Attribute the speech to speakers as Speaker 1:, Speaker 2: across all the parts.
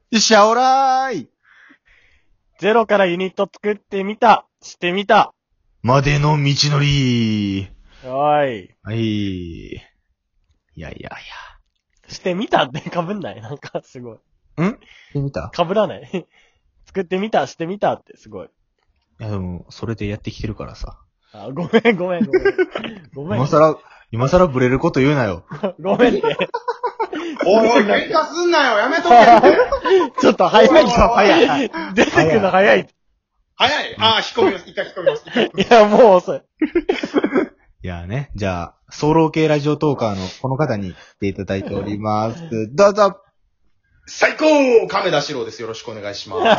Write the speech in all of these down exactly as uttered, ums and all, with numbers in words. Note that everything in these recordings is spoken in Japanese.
Speaker 1: シャオラーい
Speaker 2: ゼロからユニット作ってみた。してみた。
Speaker 1: までの道のり
Speaker 2: おい。
Speaker 1: はい。いやいやいや。
Speaker 2: してみたって被んないなんかすごい。
Speaker 1: んしてみた
Speaker 2: 被らない作ってみた、してみたってすごい。
Speaker 1: いやでも、それでやってきてるからさ。
Speaker 2: あ、ごめんごめんごめん。ごめん。
Speaker 1: 今更、今更ブレること言うなよ。
Speaker 2: ごめんって。
Speaker 3: おいおい、喧嘩すんなよ、やめとけって。
Speaker 2: ちょっと早いぞ、
Speaker 1: 早い
Speaker 2: 出てくの早い。
Speaker 3: 早い。ああ、引っ込みます。一回引っ込みます。一回引っ込み
Speaker 2: いや、もう遅い。
Speaker 1: いやね、じゃあ、ソロ系ラジオトーカーのこの方に来ていただいております。どうぞ
Speaker 3: 最高亀田史郎です。よろしくお願いします。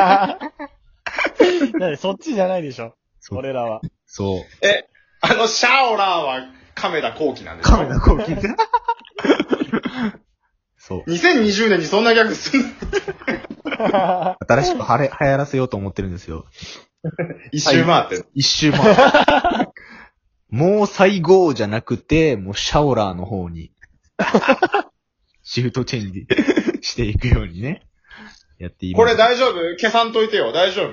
Speaker 2: なんでそっちじゃないでしょ。
Speaker 1: そう
Speaker 2: 俺らは。
Speaker 1: そう。
Speaker 3: え、あの、シャオラーは亀田光輝なんですよ。
Speaker 1: カメラこう聞いて。そう。
Speaker 3: にせんにじゅうねんにそんなギャグすんの
Speaker 1: 新しくはれ、流行らせようと思ってるんですよ。
Speaker 3: 一周回って。
Speaker 1: 一周回って。もう最後じゃなくて、もうシャオラーの方に、シフトチェンジしていくようにね、やっています。
Speaker 3: これ大丈夫消さんといてよ。大丈夫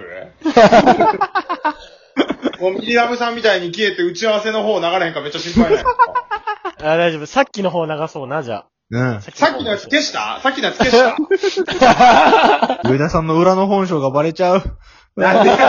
Speaker 3: もうミリラブさんみたいに消えて打ち合わせの方流れへんかめっちゃ心配ない。
Speaker 2: あ、大丈夫。さっきの方流そうな、じゃあ。
Speaker 1: うん。
Speaker 3: さっきのやつ消したさっきのやつ消した
Speaker 1: 上田さんの裏の本性がバレちゃう。
Speaker 3: なんでや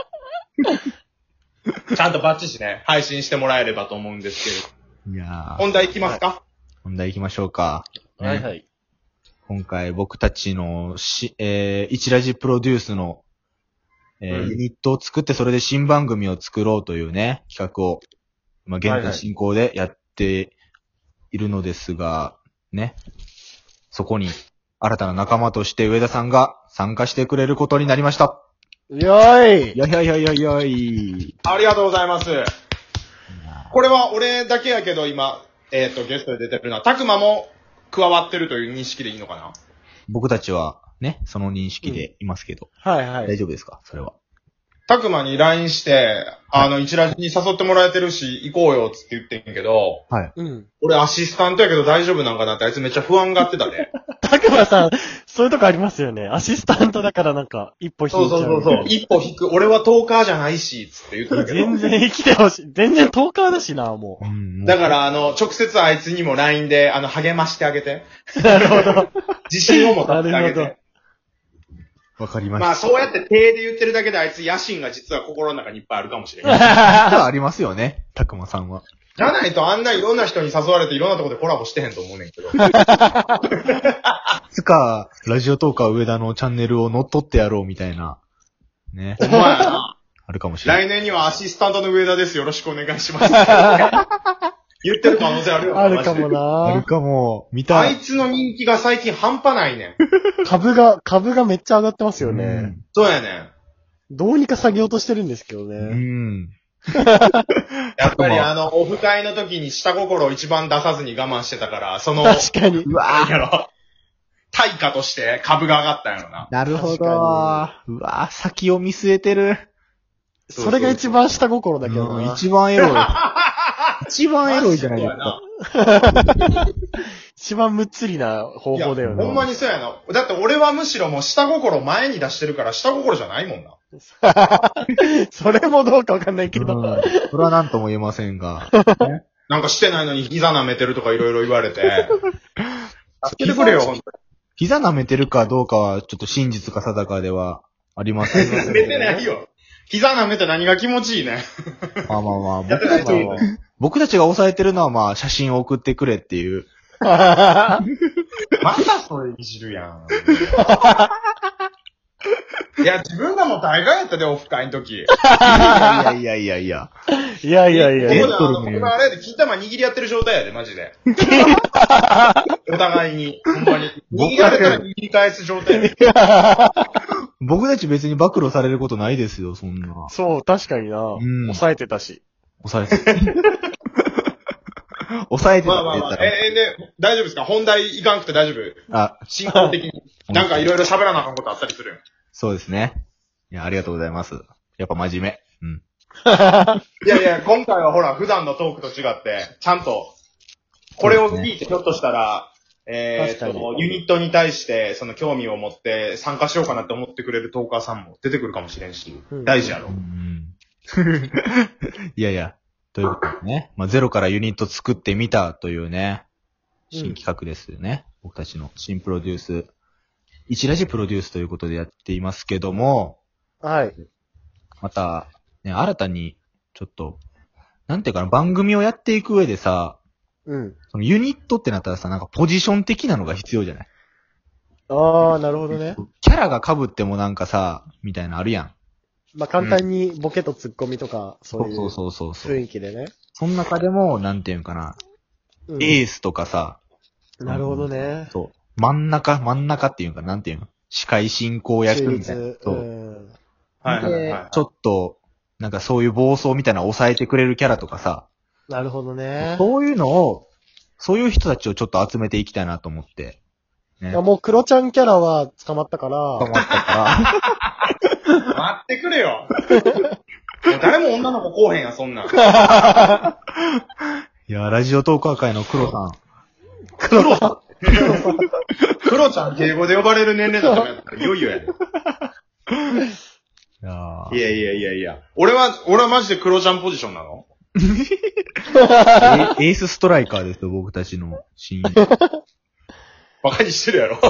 Speaker 3: ちゃんとバッチシね、配信してもらえればと思うんですけ
Speaker 1: いや
Speaker 3: ど。
Speaker 1: ー。
Speaker 3: 本題いきますか、
Speaker 1: 本題行きましょうか。
Speaker 2: はいはい。
Speaker 1: 今回僕たちのし、えー、一ラジプロデュースの、えー
Speaker 3: うん
Speaker 1: ユニットを作ってそれで新番組を作ろうというね、企画を、まあ、現在進行でやっているのですが、ね。そこに新たな仲間として上田さんが参加してくれることになりました。
Speaker 2: よーい。
Speaker 1: いやいやいやいやいやい。
Speaker 3: ありがとうございます。これは俺だけやけど今、えっ、と、ゲストで出てるのは、たくまも加わってるという認識でいいのかな
Speaker 1: 僕たちはね、その認識でいますけど、
Speaker 2: はいはい。
Speaker 1: 大丈夫ですかそれは。
Speaker 3: たくまに ライン して、あの、一ラジに誘ってもらえてるし、行こうよっつって言ってんけど、
Speaker 1: はい。
Speaker 2: うん。
Speaker 3: 俺アシスタントやけど大丈夫なんかなってあいつめっちゃ不安がってたで。
Speaker 2: たくまさん、そういうとこありますよね。アシスタントだからなんか、一歩引いちゃう。
Speaker 3: そうそうそうそう。一歩引く。俺はトーカーじゃないし、つって言ってたけど。
Speaker 2: 全然生きてほしい。全然トーカーだしな、も
Speaker 1: うん
Speaker 3: だから、あの、直接あいつにも ライン で、あの、励ましてあげて。
Speaker 2: う。なるほど。
Speaker 3: 自信を持たせてあげ
Speaker 2: なるほ
Speaker 3: て。
Speaker 1: わかりました。
Speaker 3: まあ、そうやって手で言ってるだけであいつ野心が実は心の中にいっぱいあるかもしれない。
Speaker 1: 実はありますよね、たくまさんは。
Speaker 3: じゃないとあんないろんな人に誘われていろんなところでコラボしてへんと思うねんけど。
Speaker 1: いつか、ラジオトーカー上田のチャンネルを乗っ取ってやろうみたいな、ね、
Speaker 3: お前やな。
Speaker 1: あるかもしれない。
Speaker 3: 来年にはアシスタントの上田です。よろしくお願いします。言ってる可能性あるよ。
Speaker 2: あるかもな。
Speaker 1: あるかも、見たい。
Speaker 3: あいつの人気が最近半端ないねん。
Speaker 2: 株が、株がめっちゃ上がってますよね。
Speaker 1: うん
Speaker 3: そうやねん。
Speaker 2: どうにか下げようとしてるんですけど
Speaker 1: う
Speaker 2: ね。
Speaker 1: ん。
Speaker 3: やっぱりあの、オフ会の時に下心を一番出さずに我慢してたから、その、
Speaker 2: 確かに。
Speaker 1: うわ
Speaker 3: なんやろ、対価として株が上がったんやろな。
Speaker 1: なるほど。
Speaker 2: 確か
Speaker 1: うわ先を見据えてる。
Speaker 2: それが一番下心だけど
Speaker 1: うん
Speaker 2: な。
Speaker 1: 一番エロい。一番エロいじゃないですか。
Speaker 2: 一番むっつりな方
Speaker 3: いや、
Speaker 2: 法だよね。
Speaker 3: ほんまにそうやな。だって俺はむしろもう下心前に出してるから下心じゃないもんな。
Speaker 2: それもどうかわかんないけど。
Speaker 1: うんそれは何とも言えませんが。
Speaker 3: なんかしてないのに膝舐めてるとかいろいろ言われて。助けてくれよ、ほんと
Speaker 1: 膝舐めてるかどうかは、ちょっと真実か定かではありません。
Speaker 3: に。舐めてないよ。膝舐めて何が気持ちいいね。
Speaker 1: まあまあまあ、
Speaker 3: やってないと思う。
Speaker 1: 僕たちが抑えてるのはまあ、写真を送ってくれっていう。
Speaker 3: またそれいじるやん。いや、自分がもう大概やったで、オフ会の時。
Speaker 1: いやいやいやいや。
Speaker 2: いやいやいやいや。
Speaker 3: ここであの、僕があれで金玉握り合ってる状態やで、マジで。お互いに、ほんまに。握られたら握り返す状態やで。
Speaker 1: 僕たち別に暴露されることないですよ、そんな。
Speaker 2: そう、確かにな。
Speaker 1: ん
Speaker 2: 抑えてたし。
Speaker 1: 抑えてた。抑えてた
Speaker 3: まあまあまあ、
Speaker 1: って言ったら。
Speaker 3: えー、で、大丈夫ですか本題いかんくて大丈夫
Speaker 1: あ、
Speaker 3: 進行的に。なんかいろいろ喋らなあかんことあったりするん。
Speaker 1: そうですね。いや、ありがとうございます。やっぱ真面目。うん。
Speaker 3: いやいや、今回はほら、普段のトークと違って、ちゃんと、これを聞いてひょっとしたら、 えーっ
Speaker 2: 確か
Speaker 3: と、
Speaker 2: に
Speaker 3: ユニットに対して、その興味を持って参加しようかなって思ってくれるトーカーさんも出てくるかもしれんし、
Speaker 2: うん
Speaker 3: 大事やろ
Speaker 1: う。ん。いやいや、ということでね。まあ、ゼロからユニット作ってみたというね、新企画ですよね。僕たちの新プロデュース。一ラジプロデュースということでやっていますけども、
Speaker 2: はい。
Speaker 1: また、ね、新たに、ちょっと、なんていうかな、番組をやっていく上でさ、
Speaker 2: うん。
Speaker 1: そのユニットってなったらさ、なんかポジション的なのが必要じゃない？
Speaker 2: ああ、なるほどね。
Speaker 1: キャラが被ってもなんかさ、みたいなのあるやん。
Speaker 2: まあ、簡単にボケとツッコミとか、そういう
Speaker 1: そうそうそうそう。
Speaker 2: 雰囲気でね。
Speaker 1: その中でも、なんていうんかな、
Speaker 2: うん
Speaker 1: エースとかさ、
Speaker 2: なるほどね。
Speaker 1: そう。真ん中、真ん中っていうか、なんていうの？司会進行役
Speaker 2: 中
Speaker 1: みたいな。
Speaker 2: 立。
Speaker 1: そうう。
Speaker 2: ん。
Speaker 3: はいはいはい
Speaker 1: で
Speaker 3: はい、
Speaker 1: ちょっと、なんかそういう暴走みたいなのを抑えてくれるキャラとかさ、
Speaker 2: なるほどね。
Speaker 1: そういうのを、そういう人たちをちょっと集めていきたいなと思って。ね。
Speaker 2: いや、もうクロちゃんキャラは捕まったから、
Speaker 1: 思ったから。
Speaker 3: 待ってくれよ。もう誰も女の子こうへんや、そんなん。
Speaker 1: いや、ラジオトーカー界の黒さん。
Speaker 3: 黒さん黒ちゃん敬語で呼ばれる年齢だったらやったらいよいよやで。
Speaker 1: いや
Speaker 3: いやいやいやいや。俺は、俺はマジで黒ちゃんポジションなの？
Speaker 1: ーエースストライカーですよ、僕たちの親友。
Speaker 3: バカにしてるやろ。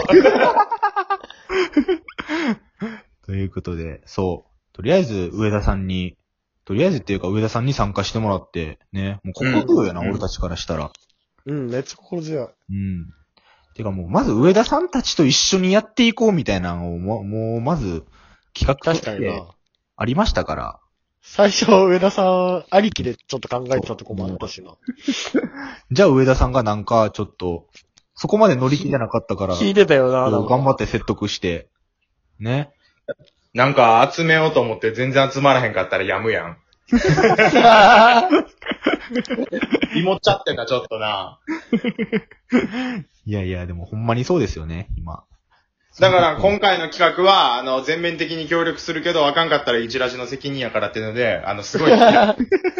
Speaker 1: ということで、そう。とりあえず、上田さんに、とりあえずっていうか、上田さんに参加してもらって、ね。もう心強いやな、
Speaker 3: うん
Speaker 1: 俺たちからしたら。
Speaker 2: うん、めっちゃ心強い。
Speaker 1: うん。てかもう、まず上田さんたちと一緒にやっていこうみたいなのを、もう、もうまず、企画として
Speaker 2: 確かにな。
Speaker 1: ありましたから。
Speaker 2: 最初、上田さんありきでちょっと考えてたとこもあったしな。
Speaker 1: じゃあ上田さんがなんか、ちょっと、そこまで乗り気じゃなかったから、
Speaker 2: 聞いてたよな、なんか
Speaker 1: 頑張って説得して、ね。
Speaker 3: なんか集めようと思って全然集まらへんかったらやむやん。いもっちゃってんな、ちょっとな。
Speaker 1: いやいや、でもほんまにそうですよね、今。
Speaker 3: だから今回の企画は、あの、全面的に協力するけど、あかんかったら一ラジの責任やからっていうので、あの、すごい。
Speaker 2: 確か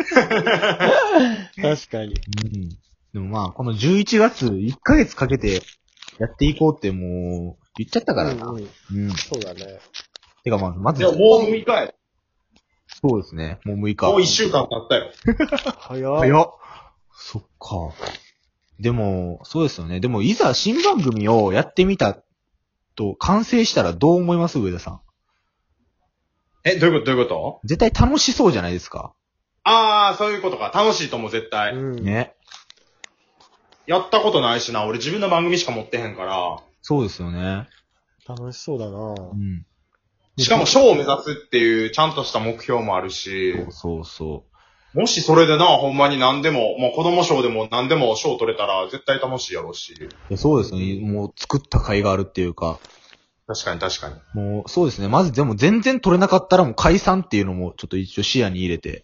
Speaker 2: に。
Speaker 1: うん。でもまあ、このじゅういちがついっかげつかけてやっていこうってもう言っちゃったからな。
Speaker 2: うん
Speaker 1: う
Speaker 2: うん
Speaker 1: ん。
Speaker 2: そうだね。
Speaker 1: てかまあ、まず
Speaker 3: で、ももうむいかや。
Speaker 1: そうですね。もうむいか。
Speaker 3: もういっしゅうかん経ったよ。
Speaker 2: 早っ。
Speaker 1: 早っ。そっか。でも、そうですよね。でも、いざ新番組をやってみたと、完成したらどう思います上田さん。
Speaker 3: え、どういうことどういうこと
Speaker 1: 絶対楽しそうじゃないですか。
Speaker 3: あー、そういうことか。楽しいと思う、絶対。
Speaker 2: うん。
Speaker 1: ね。
Speaker 3: やったことないしな。俺自分の番組しか持ってへんから。
Speaker 1: そうですよね。
Speaker 2: 楽しそうだな
Speaker 1: うん。
Speaker 3: しかも賞を目指すっていうちゃんとした目標もあるし、
Speaker 1: そうそうそ
Speaker 3: もしそれでな、ほんまに何でも、もう子供賞でも何でも賞取れたら絶対楽しいやろうし。
Speaker 1: う。いやそうですね。もう作った甲斐があるっていうか。
Speaker 3: 確かに確かに。
Speaker 1: もう、そうですね。まずでも全然取れなかったらもう解散っていうのもちょっと一応視野に入れて。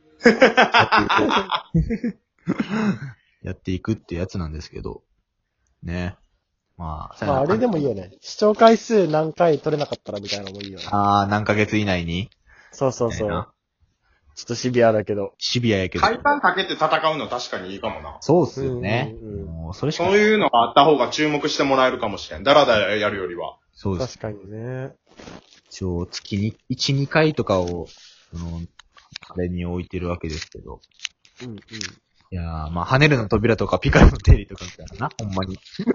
Speaker 1: やっていくっていうやつなんですけど。ね。まあ、
Speaker 2: まあ、あれでもいいよね。視聴回数何回取れなかったらみたいなのもいいよね。
Speaker 1: あー、何ヶ月以内に
Speaker 2: そうそうそう。
Speaker 1: みたいな
Speaker 2: ちょっとシビアだけど。
Speaker 1: シビアやけど。
Speaker 3: 解散かけて戦うの確かにいいかもな。
Speaker 1: そうっすよね。
Speaker 2: うんうんうん
Speaker 1: もうそれしか
Speaker 3: そういうのがあった方が注目してもらえるかもしれん。だらだらやるよりは。
Speaker 1: そうです。
Speaker 2: 確かにね。
Speaker 1: 一応月にいち、にかいとかを、その、あれに置いてるわけですけど。
Speaker 2: うんうん。
Speaker 1: いやー、まあ、跳ねるの扉とかピカルの定理とかみたいなな、ほんまに。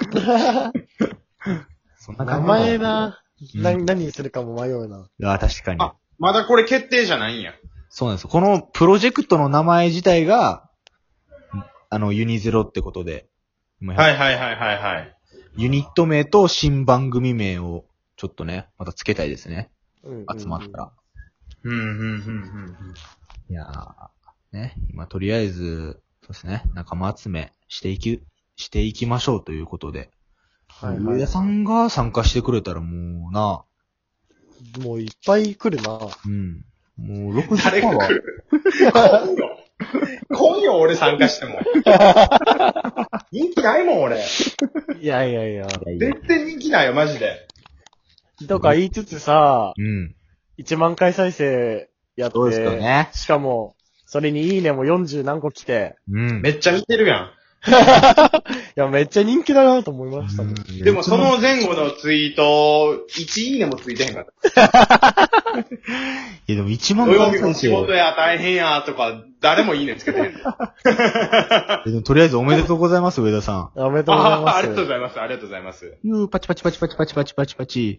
Speaker 1: そんな
Speaker 2: 名
Speaker 1: 感じ。
Speaker 2: 前な、
Speaker 1: うん
Speaker 2: な、何にするかも迷うな。
Speaker 1: いやー、確かに。
Speaker 3: あ、まだこれ決定じゃないんや。
Speaker 1: そうなんです。このプロジェクトの名前自体が、あの、ユニゼロってことで、今や
Speaker 3: はいはいはいはいはい。
Speaker 1: ユニット名と新番組名をちょっとね、また付けたいですね。
Speaker 2: うんうん
Speaker 1: 集まったら。
Speaker 3: うん、うん、うん、うん。
Speaker 1: いやー、ね、今とりあえず、そうですね、仲間集めしていき、していきましょうということで。
Speaker 2: はいはい
Speaker 1: 上田さんが参加してくれたらもうな、
Speaker 2: もういっぱい来るな。
Speaker 1: うん。もうろくじゅっ
Speaker 3: 誰
Speaker 1: パーは
Speaker 3: が来る来んよ。来んよ、俺参加しても。人気ないもん、俺。
Speaker 2: いやいやいや。
Speaker 1: いやいや
Speaker 3: 全然人気ないよ、マジで。
Speaker 2: とか言いつつさ、
Speaker 1: うん。
Speaker 2: いちまん回再生やって、
Speaker 1: そうですよね。
Speaker 2: しかも、それにいいねもよんじゅう何個来て、
Speaker 1: うん。
Speaker 3: めっちゃ見てるやん。
Speaker 2: や、めっちゃ人気だなと思いましたもん。
Speaker 3: でもその前後のツイート、いちいいねもついてへんかった。
Speaker 1: いやでもいちまん
Speaker 3: 土曜
Speaker 1: 回再
Speaker 3: 日も仕事
Speaker 1: 生。
Speaker 3: や大変やとか、誰もいいねつけてへん。
Speaker 1: えでもとりあえずおめでとうございます、上田さん。
Speaker 2: おめでとうござい
Speaker 3: あ
Speaker 2: ます。
Speaker 3: ありがとうございます。ありがとうございます。
Speaker 1: ゆー、パチパチパチパチパチパチパチパチ。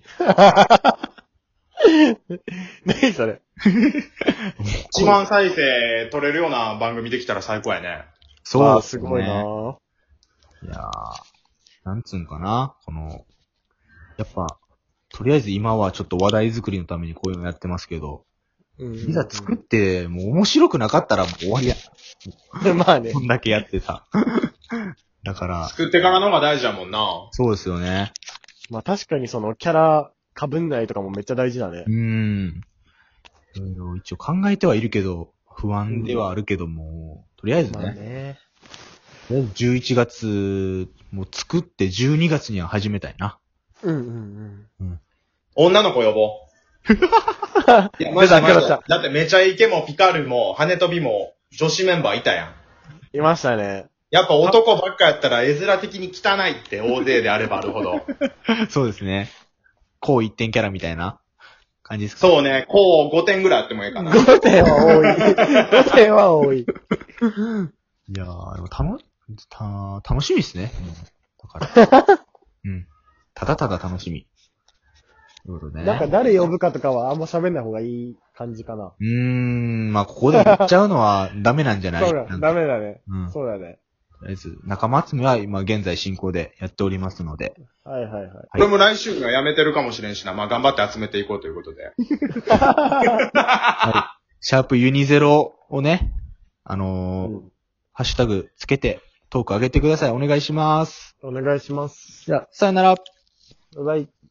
Speaker 2: 何それ。
Speaker 3: いちまん再生取れるような番組できたら最高やね。
Speaker 1: そう
Speaker 2: あー
Speaker 1: ですね。
Speaker 2: すごいな。
Speaker 1: いやー、なんつうんかな、この、やっぱ、とりあえず今はちょっと話題作りのためにこういうのやってますけど、
Speaker 2: うん
Speaker 1: いざ作って、もう面白くなかったらもう終わりや。
Speaker 2: まあね
Speaker 1: こ。んだけやってさ。だから、
Speaker 3: 作ってからのが大事やもんな。
Speaker 1: そうですよね。
Speaker 2: まあ確かにそのキャラ被んないとかもめっちゃ大事だね
Speaker 1: う。ーん。いろいろ一応考えてはいるけど、不安ではあるけども、とりあえず
Speaker 2: まあ
Speaker 1: ね、
Speaker 2: ね。
Speaker 1: とりあえずじゅういちがつ、もう作ってじゅうにがつには始めたいな。
Speaker 2: うんうんうん。
Speaker 3: 女の子呼ぼう。いや、マジでマジで。だってめちゃイケもピカルも羽飛びも女子メンバーいたやん。
Speaker 2: いましたね。
Speaker 3: やっぱ男ばっかやったら絵面的に汚いって大勢であればあるほど。
Speaker 1: そうですね。こう一点キャラみたいな感じですか。
Speaker 3: そうね、こうごてんぐらいあってもいいかな。
Speaker 2: ごてんは多い。ごてんは多い。
Speaker 1: いやー、でもたの、た、楽しみですね。うん、だから。うん。ただただ楽しみ。なるほどね。
Speaker 2: なんか誰呼ぶかとかはあんま喋んない方がいい感じかな。
Speaker 1: うーん、まあ、ここで言っちゃうのはダメなんじゃない
Speaker 2: そうだ、
Speaker 1: なんか
Speaker 2: ダメだね。
Speaker 1: うん。と
Speaker 2: そうだね。
Speaker 1: りあえず、仲間集めは今現在進行でやっておりますので。
Speaker 2: はいはいはい。
Speaker 1: はい
Speaker 3: これも来週にはやめてるかもしれんしな。まあ頑張って集めていこうということで。
Speaker 1: シャープユニゼロをね、あ
Speaker 2: う
Speaker 1: のー
Speaker 2: ん
Speaker 1: ハッシュタグつけてトーク上げてください。お願いします。
Speaker 2: お願いします。
Speaker 1: じゃあ、さよなら。
Speaker 2: バイバイ。